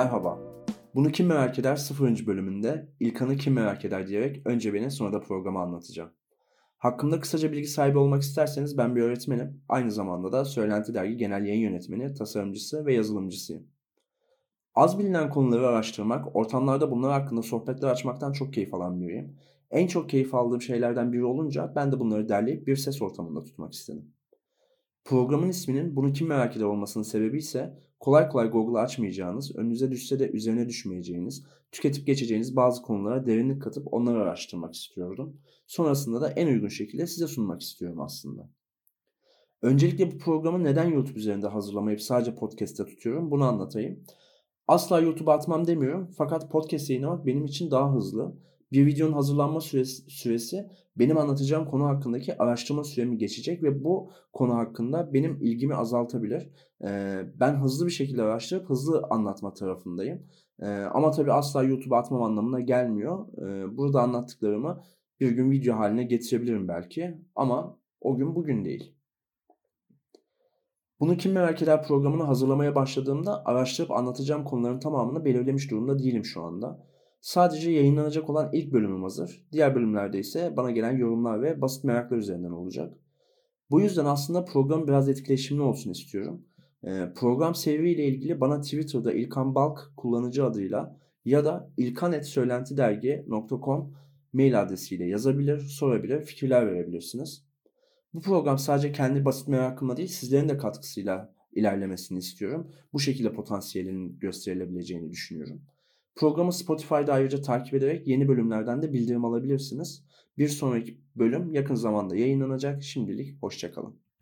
Merhaba. Bunu Kim Merak Eder 0. bölümünde İlkan'ı kim merak eder diyerek önce beni sonra da programı anlatacağım. Hakkımda kısaca bilgi sahibi olmak isterseniz ben bir öğretmenim. Aynı zamanda da Söylenti Dergi Genel Yayın Yönetmeni, tasarımcısı ve yazılımcısıyım. Az bilinen konuları araştırmak, ortamlarda bunlar hakkında sohbetler açmaktan çok keyif alan biriyim. En çok keyif aldığım şeylerden biri olunca ben de bunları derleyip bir ses ortamında tutmak istedim. Programın isminin Bunu Kim Merak Eder olmasının sebebi ise kolay kolay Google'a açmayacağınız, önünüze düşse de üzerine düşmeyeceğiniz, tüketip geçeceğiniz bazı konulara derinlik katıp onları araştırmak istiyordum. Sonrasında da en uygun şekilde size sunmak istiyorum aslında. Öncelikle bu programı neden YouTube üzerinde hazırlamayıp sadece podcast'te tutuyorum bunu anlatayım. Asla YouTube'a atmam demiyorum fakat podcast yayınlamak benim için daha hızlı. Bir videonun hazırlanma süresi benim anlatacağım konu hakkındaki araştırma süremi geçecek ve bu konu hakkında benim ilgimi azaltabilir. Ben hızlı bir şekilde araştırıp hızlı anlatma tarafındayım. Ama tabii asla YouTube'a atmam anlamına gelmiyor. Burada anlattıklarımı bir gün video haline getirebilirim belki ama o gün bugün değil. Bunu Kim Merak Eder programını hazırlamaya başladığımda araştırıp anlatacağım konuların tamamını belirlemiş durumda değilim şu anda. Sadece yayınlanacak olan ilk bölümüm hazır. Diğer bölümlerde ise bana gelen yorumlar ve basit meraklar üzerinden olacak. Bu yüzden aslında program biraz etkileşimli olsun istiyorum. Program seriyle ilgili bana Twitter'da İlkan Balk kullanıcı adıyla ya da ilkan@söylentidergi.com mail adresiyle yazabilir, sorabilir, fikirler verebilirsiniz. Bu program sadece kendi basit merakımla değil, sizlerin de katkısıyla ilerlemesini istiyorum. Bu şekilde potansiyelinin gösterilebileceğini düşünüyorum. Programı Spotify'da ayrıca takip ederek yeni bölümlerden de bildirim alabilirsiniz. Bir sonraki bölüm yakın zamanda yayınlanacak. Şimdilik hoşça kalın.